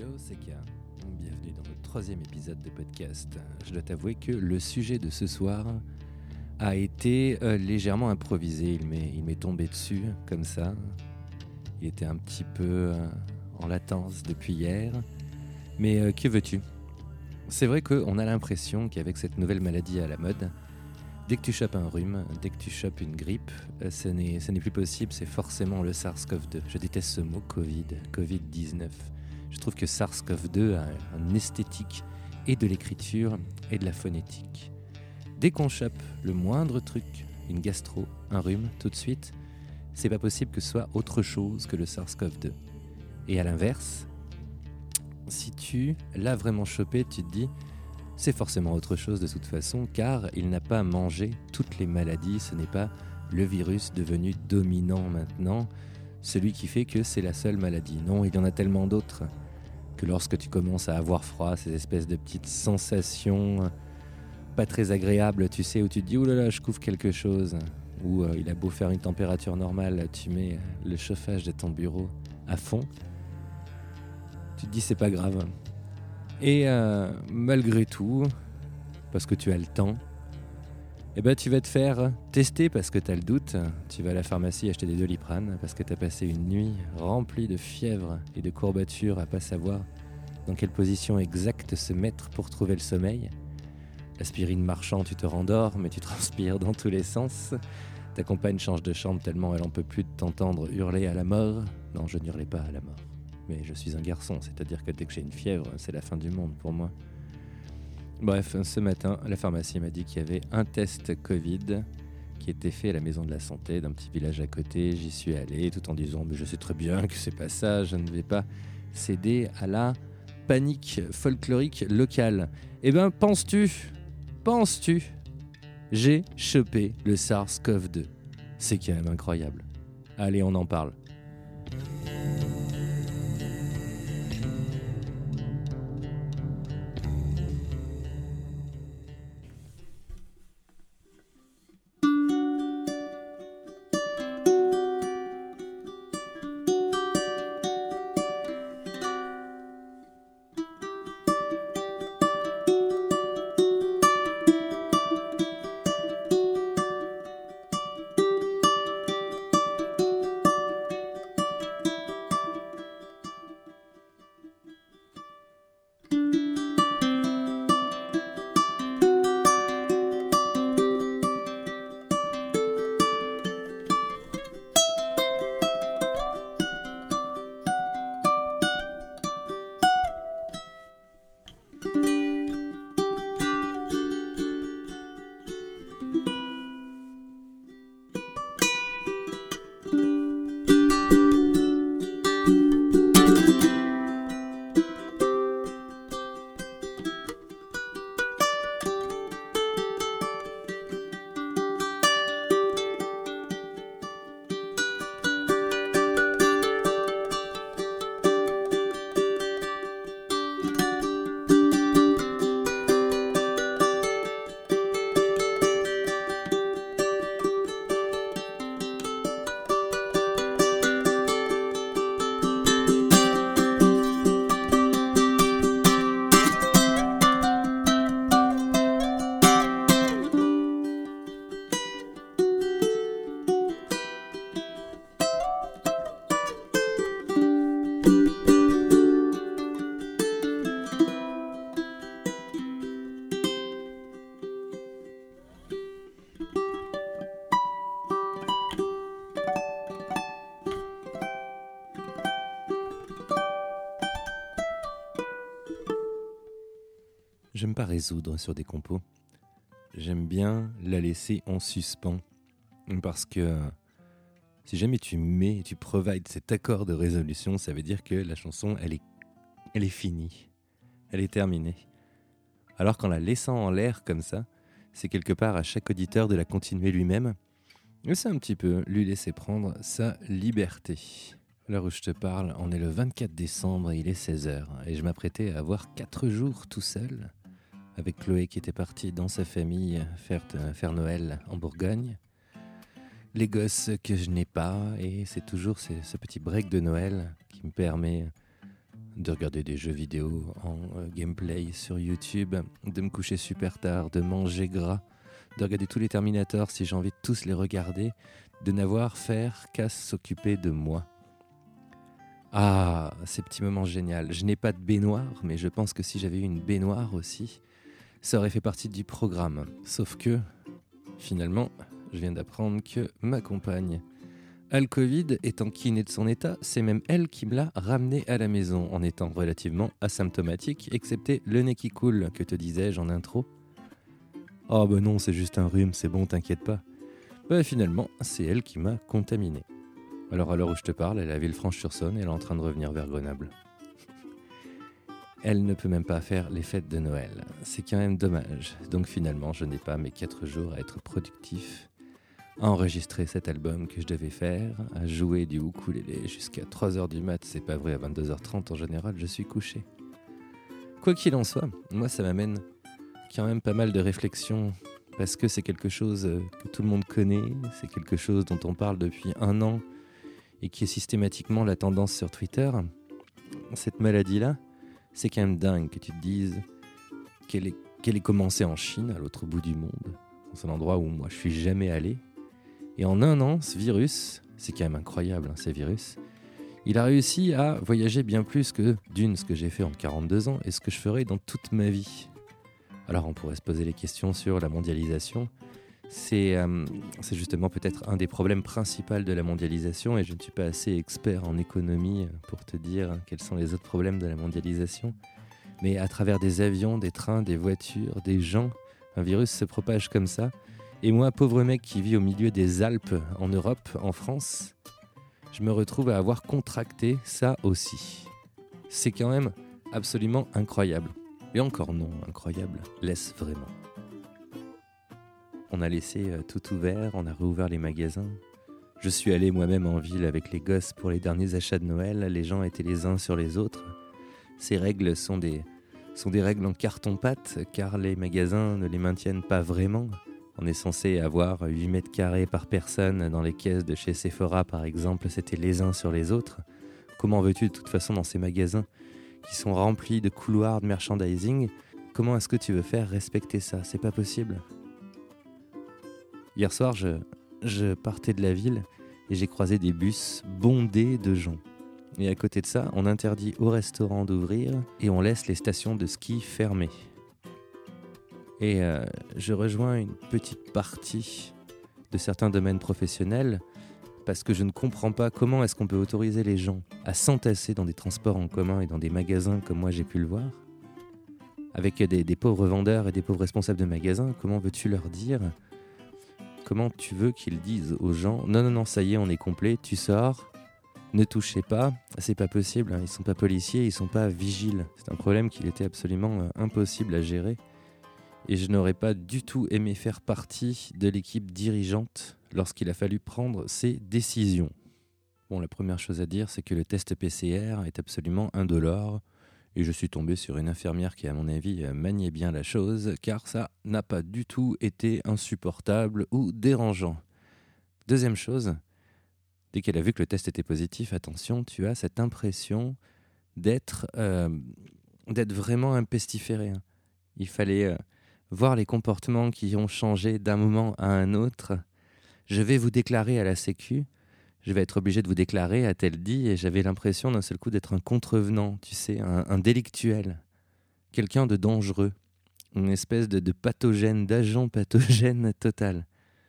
Yo, c'est K. Bienvenue dans notre 3e épisode de podcast. Je dois t'avouer que le sujet de ce soir a été légèrement improvisé. Il m'est tombé dessus, comme ça. Il était un petit peu en latence depuis hier. Mais que veux-tu ? C'est vrai qu'on a l'impression qu'avec cette nouvelle maladie à la mode, dès que tu chopes un rhume, dès que tu chopes une grippe, ce n'est plus possible, c'est forcément le SARS-CoV-2. Je déteste ce mot Covid-19. Je trouve que SARS-CoV-2 a une esthétique et de l'écriture et de la phonétique. Dès qu'on chope le moindre truc, une gastro, un rhume, tout de suite, c'est pas possible que ce soit autre chose que le SARS-CoV-2. Et à l'inverse, si tu l'as vraiment chopé, tu te dis c'est forcément autre chose de toute façon, car il n'a pas mangé toutes les maladies, ce n'est pas le virus devenu dominant maintenant, celui qui fait que c'est la seule maladie. Non, il y en a tellement d'autres que lorsque tu commences à avoir froid, ces espèces de petites sensations pas très agréables, tu sais, où tu te dis « Ouh là là, je couvre quelque chose », ou il a beau faire une température normale, tu mets le chauffage de ton bureau à fond, tu te dis « c'est pas grave ». Et malgré tout, parce que tu as le temps, tu vas te faire tester parce que tu as le doute. Tu vas à la pharmacie acheter des Doliprane parce que tu as passé une nuit remplie de fièvre et de courbatures à pas savoir dans quelle position exacte se mettre pour trouver le sommeil. L'aspirine marchant, tu te rendors, mais tu transpires dans tous les sens. Ta compagne change de chambre tellement elle en peut plus de t'entendre hurler à la mort. Non, je n'hurlais pas à la mort. Mais je suis un garçon, c'est-à-dire que dès que j'ai une fièvre, c'est la fin du monde pour moi. Bref, ce matin, la pharmacie m'a dit qu'il y avait un test Covid qui était fait à la maison de la santé d'un petit village à côté. J'y suis allé tout en disant « mais je sais très bien que c'est pas ça, je ne vais pas céder à la panique folklorique locale ». Eh ben, penses-tu, j'ai chopé le SARS-CoV-2. C'est quand même incroyable. Allez, on en parle. J'aime pas résoudre sur des compos. J'aime bien la laisser en suspens. Parce que si jamais tu provides cet accord de résolution, ça veut dire que la chanson, elle est finie. Elle est terminée. Alors qu'en la laissant en l'air comme ça, c'est quelque part à chaque auditeur de la continuer lui-même. Et c'est un petit peu lui laisser prendre sa liberté. À l'heure où je te parle, on est le 24 décembre et il est 16h. Et je m'apprêtais à avoir 4 jours tout seul, avec Chloé qui était partie dans sa famille faire Noël en Bourgogne. Les gosses que je n'ai pas, et c'est toujours ce petit break de Noël qui me permet de regarder des jeux vidéo en gameplay sur YouTube, de me coucher super tard, de manger gras, de regarder tous les Terminators si j'ai envie de tous les regarder, de n'avoir faire qu'à s'occuper de moi. Ah, ces petits moments géniaux. Je n'ai pas de baignoire, mais je pense que si j'avais eu une baignoire aussi, ça aurait fait partie du programme. Sauf que, finalement, je viens d'apprendre que ma compagne a le Covid, étant kiné de son état, c'est même elle qui me l'a ramené à la maison en étant relativement asymptomatique, excepté le nez qui coule, que te disais-je en intro. Oh bah non, c'est juste un rhume, c'est bon, t'inquiète pas. Bah finalement, c'est elle qui m'a contaminé. Alors à l'heure où je te parle, elle est à Villefranche-sur-Saône et elle est en train de revenir vers Grenoble. Elle ne peut même pas faire les fêtes de Noël. C'est quand même dommage. Donc finalement, je n'ai pas mes 4 jours à être productif, à enregistrer cet album que je devais faire, à jouer du ukulélé jusqu'à 3h du mat. C'est pas vrai, à 22h30 en général, je suis couché. Quoi qu'il en soit, moi ça m'amène quand même pas mal de réflexions parce que c'est quelque chose que tout le monde connaît, c'est quelque chose dont on parle depuis 1 an et qui est systématiquement la tendance sur Twitter. Cette maladie-là, c'est quand même dingue que tu te dises qu'elle est commencée en Chine, à l'autre bout du monde, dans un endroit où moi je suis jamais allé. Et en 1 an, ce virus, c'est quand même incroyable, hein, ces virus, il a réussi à voyager bien plus que ce que j'ai fait en 42 ans et ce que je ferai dans toute ma vie. Alors on pourrait se poser les questions sur la mondialisation. C'est justement peut-être un des problèmes principaux de la mondialisation et je ne suis pas assez expert en économie pour te dire quels sont les autres problèmes de la mondialisation. Mais à travers des avions, des trains, des voitures, des gens, un virus se propage comme ça. Et moi, pauvre mec qui vit au milieu des Alpes en Europe, en France, je me retrouve à avoir contracté ça aussi. C'est quand même absolument incroyable. Et encore non, incroyable, laisse vraiment. On a laissé tout ouvert, on a réouvert les magasins. Je suis allé moi-même en ville avec les gosses pour les derniers achats de Noël. Les gens étaient les uns sur les autres. Ces règles sont des règles en carton-pâte, car les magasins ne les maintiennent pas vraiment. On est censé avoir 8 mètres carrés par personne dans les caisses de chez Sephora, par exemple. C'était les uns sur les autres. Comment veux-tu, de toute façon, dans ces magasins qui sont remplis de couloirs de merchandising, comment est-ce que tu veux faire respecter ça ? C'est pas possible. Hier soir, je partais de la ville et j'ai croisé des bus bondés de gens. Et à côté de ça, on interdit aux restaurants d'ouvrir et on laisse les stations de ski fermées. Et je rejoins une petite partie de certains domaines professionnels parce que je ne comprends pas comment est-ce qu'on peut autoriser les gens à s'entasser dans des transports en commun et dans des magasins comme moi j'ai pu le voir. Avec des pauvres vendeurs et des pauvres responsables de magasins, comment veux-tu leur dire ? Comment tu veux qu'ils disent aux gens « Non, ça y est, on est complet, tu sors, ne touchez pas, c'est pas possible, hein, ils sont pas policiers, ils sont pas vigiles. » C'est un problème qu'il était absolument impossible à gérer. Et je n'aurais pas du tout aimé faire partie de l'équipe dirigeante lorsqu'il a fallu prendre ces décisions. Bon, la première chose à dire, c'est que le test PCR est absolument indolore. Et je suis tombé sur une infirmière qui, à mon avis, maniait bien la chose, car ça n'a pas du tout été insupportable ou dérangeant. Deuxième chose, dès qu'elle a vu que le test était positif, attention, tu as cette impression d'être vraiment un pestiféré. Hein. Il fallait voir les comportements qui ont changé d'un moment à un autre. Je vais vous déclarer à la Sécu. Je vais être obligé de vous déclarer, a-t-elle dit, et j'avais l'impression d'un seul coup d'être un contrevenant, tu sais, un délictuel, quelqu'un de dangereux, une espèce de pathogène, d'agent pathogène total.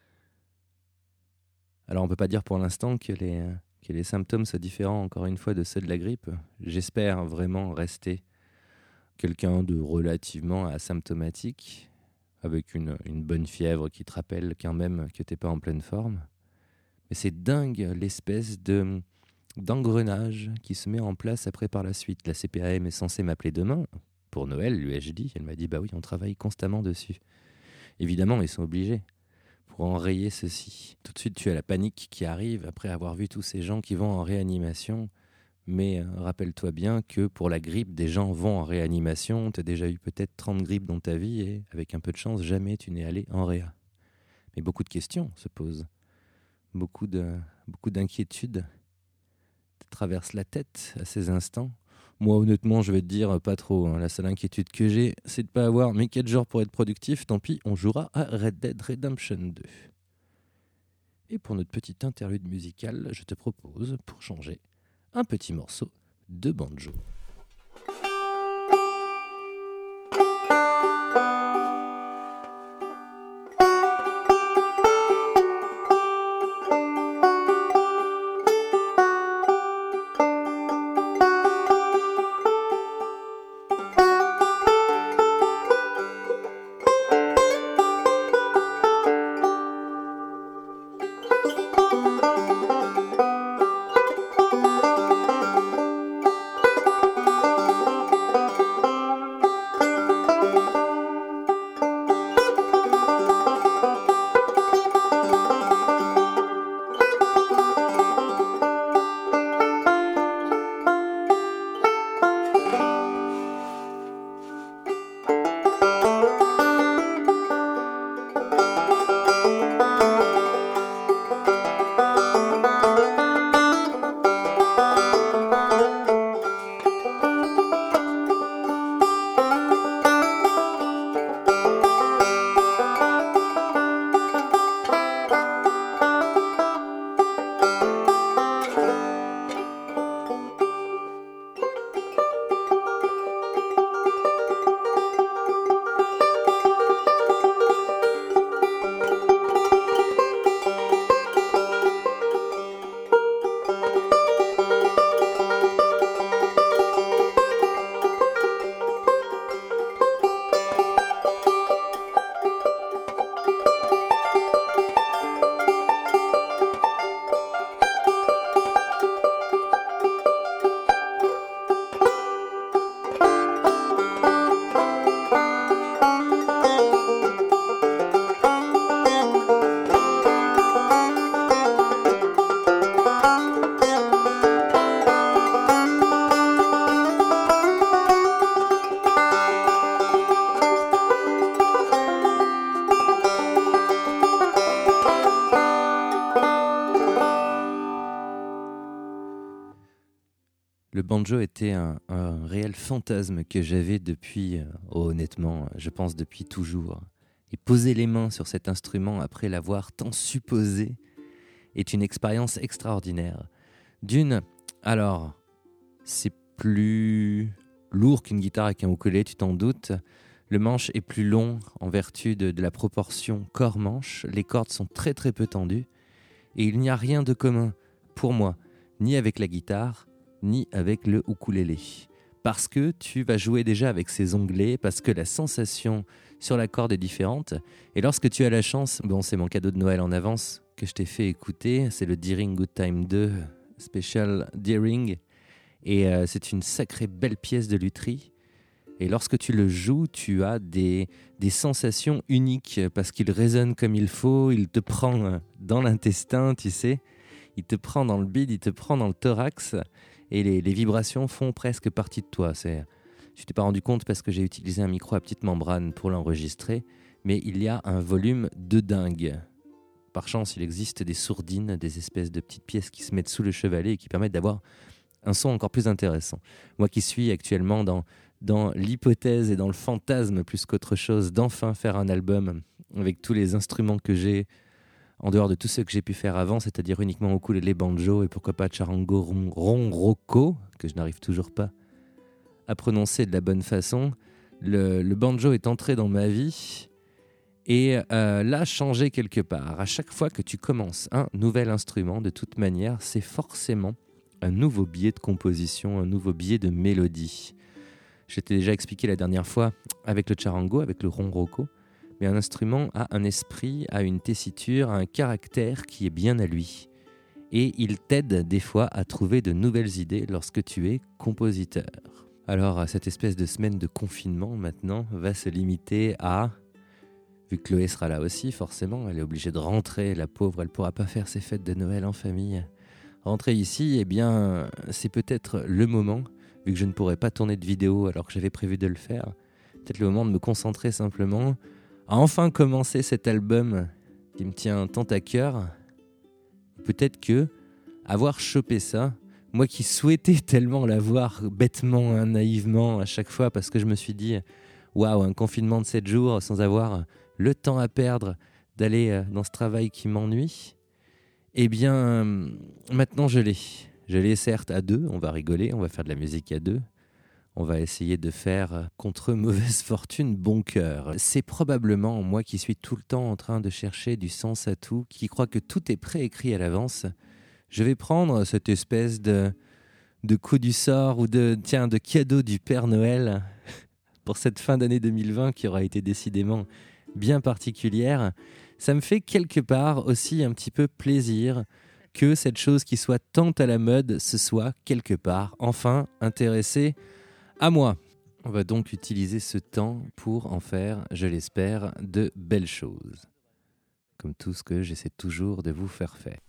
Alors on ne peut pas dire pour l'instant que les symptômes soient différents, encore une fois, de ceux de la grippe. J'espère vraiment rester quelqu'un de relativement asymptomatique, avec une bonne fièvre qui te rappelle quand même que tu n'es pas en pleine forme. Mais c'est dingue l'espèce d'engrenage qui se met en place après par la suite. La CPAM est censée m'appeler demain pour Noël, lui ai-je dit. Elle m'a dit, bah oui, on travaille constamment dessus. Évidemment, ils sont obligés pour enrayer ceci. Tout de suite, tu as la panique qui arrive après avoir vu tous ces gens qui vont en réanimation. Mais rappelle-toi bien que pour la grippe, des gens vont en réanimation. Tu as déjà eu peut-être 30 grippes dans ta vie et avec un peu de chance, jamais tu n'es allé en réa. Mais beaucoup de questions se posent. Beaucoup d'inquiétudes te traversent la tête à ces instants. Moi, honnêtement, je vais te dire, pas trop. La seule inquiétude que j'ai, c'est de pas avoir mes 4 jours pour être productif. Tant pis, on jouera à Red Dead Redemption 2. Et pour notre petite interlude musicale, je te propose, pour changer, un petit morceau de banjo. Le banjo était un réel fantasme que j'avais depuis, honnêtement, je pense depuis toujours. Et poser les mains sur cet instrument après l'avoir tant supposé est une expérience extraordinaire. D'une, alors, c'est plus lourd qu'une guitare avec un ukulélé, tu t'en doutes. Le manche est plus long en vertu de la proportion corps-manche. Les cordes sont très très peu tendues. Et il n'y a rien de commun, pour moi, ni avec la guitare, ni avec le ukulélé. Parce que tu vas jouer déjà avec ses onglets, parce que la sensation sur la corde est différente. Et lorsque tu as la chance, bon, c'est mon cadeau de Noël en avance que je t'ai fait écouter, c'est le Deering Good Time 2 Special Deering. Et c'est une sacrée belle pièce de lutherie. Et lorsque tu le joues, tu as des sensations uniques parce qu'il résonne comme il faut, il te prend dans l'intestin, tu sais, il te prend dans le bide, il te prend dans le thorax et les vibrations font presque partie de toi. Je t'ai pas rendu compte parce que j'ai utilisé un micro à petite membrane pour l'enregistrer, mais il y a un volume de dingue. Par chance, il existe des sourdines, des espèces de petites pièces qui se mettent sous le chevalet et qui permettent d'avoir un son encore plus intéressant. Moi qui suis actuellement dans l'hypothèse et dans le fantasme plus qu'autre chose d'enfin faire un album avec tous les instruments que j'ai en dehors de tout ce que j'ai pu faire avant, c'est-à-dire uniquement ukulélé, banjo et pourquoi pas charango, ronroco, que je n'arrive toujours pas à prononcer de la bonne façon. Le banjo est entré dans ma vie et l'a changé quelque part. À chaque fois que tu commences un nouvel instrument, de toute manière, c'est forcément un nouveau biais de composition, un nouveau biais de mélodie. Je t'ai déjà expliqué la dernière fois avec le charango, avec le ronroco, mais un instrument a un esprit, a une tessiture, a un caractère qui est bien à lui. Et il t'aide des fois à trouver de nouvelles idées lorsque tu es compositeur. Alors, cette espèce de semaine de confinement maintenant va se limiter à... Vu que Chloé sera là aussi, forcément, elle est obligée de rentrer, la pauvre, elle ne pourra pas faire ses fêtes de Noël en famille. Rentrer ici, eh bien, c'est peut-être le moment, vu que je ne pourrais pas tourner de vidéo alors que j'avais prévu de le faire, peut-être le moment de me concentrer simplement à enfin commencer cet album qui me tient tant à cœur. Peut-être que avoir chopé ça Moi qui souhaitais tellement l'avoir bêtement, naïvement à chaque fois parce que je me suis dit waouh, un confinement de 7 jours sans avoir le temps à perdre d'aller dans ce travail qui m'ennuie. Eh bien, maintenant je l'ai. Je l'ai certes à deux, on va rigoler, on va faire de la musique à deux. On va essayer de faire contre mauvaise fortune bon cœur. C'est probablement moi qui suis tout le temps en train de chercher du sens à tout, qui croit que tout est préécrit à l'avance. Je vais prendre cette espèce de coup du sort ou de cadeau du Père Noël pour cette fin d'année 2020 qui aura été décidément bien particulière. Ça me fait quelque part aussi un petit peu plaisir que cette chose qui soit tant à la mode se soit quelque part enfin intéressée à moi. On va donc utiliser ce temps pour en faire, je l'espère, de belles choses. Comme tout ce que j'essaie toujours de vous faire faire.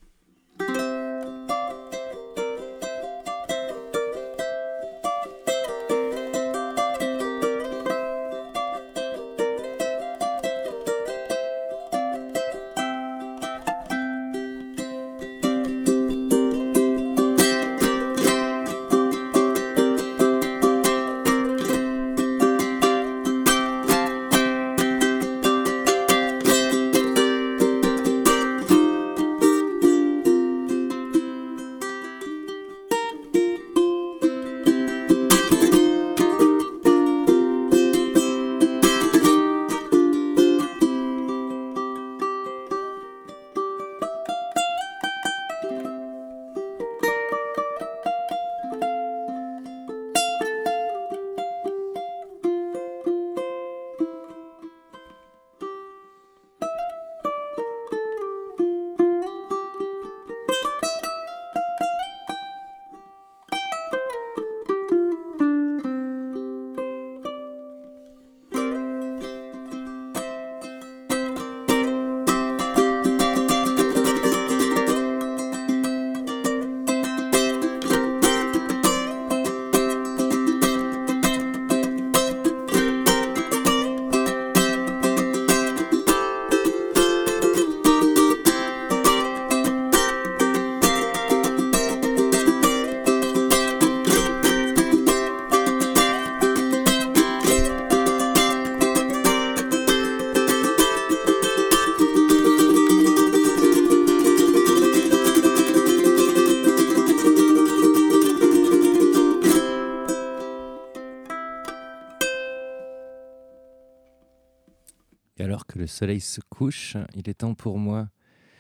Et alors que le soleil se couche, il est temps pour moi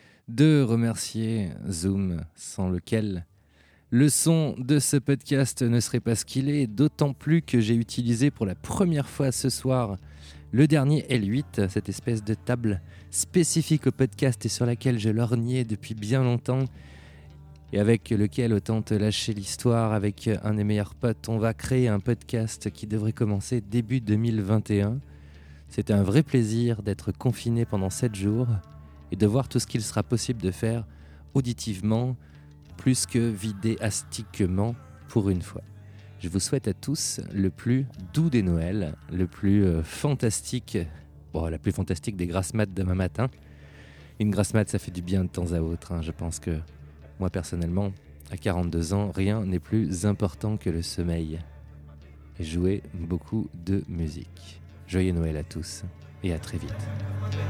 de remercier Zoom, sans lequel le son de ce podcast ne serait pas ce qu'il est, d'autant plus que j'ai utilisé pour la première fois ce soir le dernier L8, cette espèce de table spécifique au podcast et sur laquelle je lorgnais depuis bien longtemps et avec lequel, autant te lâcher l'histoire, avec un des meilleurs potes, on va créer un podcast qui devrait commencer début 2021. C'était un vrai plaisir d'être confiné pendant 7 jours et de voir tout ce qu'il sera possible de faire auditivement, plus que vidéastiquement pour une fois. Je vous souhaite à tous le plus doux des Noëls, le plus fantastique, la plus fantastique des grasses mat demain matin. Une grasse mat, ça fait du bien de temps à autre. Je pense que moi personnellement, à 42 ans, rien n'est plus important que le sommeil. Et jouer beaucoup de musique. Joyeux Noël à tous et à très vite.